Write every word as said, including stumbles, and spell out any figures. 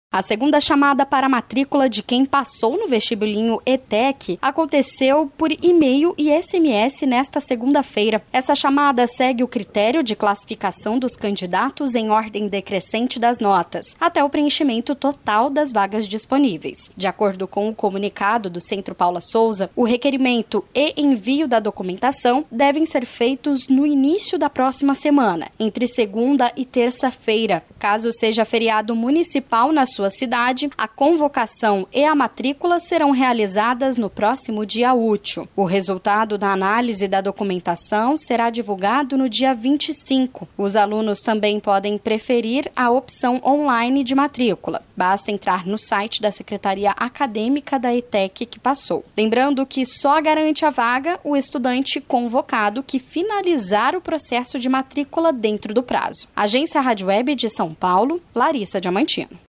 A segunda chamada para a matrícula de quem passou no vestibulinho E T E C aconteceu por e-mail e S M S nesta segunda-feira. Essa chamada segue o critério de classificação dos candidatos em ordem decrescente das notas, até o preenchimento total das vagas disponíveis. De acordo com o comunicado do Centro Paula Souza, o requerimento e envio da documentação devem ser feitos no início da próxima semana, entre segunda e terça-feira. Caso seja feriado municipal na sua cidade, a convocação e a matrícula serão realizadas no próximo dia útil. O resultado da análise da documentação será divulgado no dia vinte e cinco. Os alunos também podem preferir a opção online de matrícula. Basta entrar no site da Secretaria Acadêmica da E T E C que passou. Lembrando que só garante a vaga o estudante convocado que finalizar o processo de matrícula dentro do prazo. Agência Rádio Web de São Paulo, Larissa Diamantino.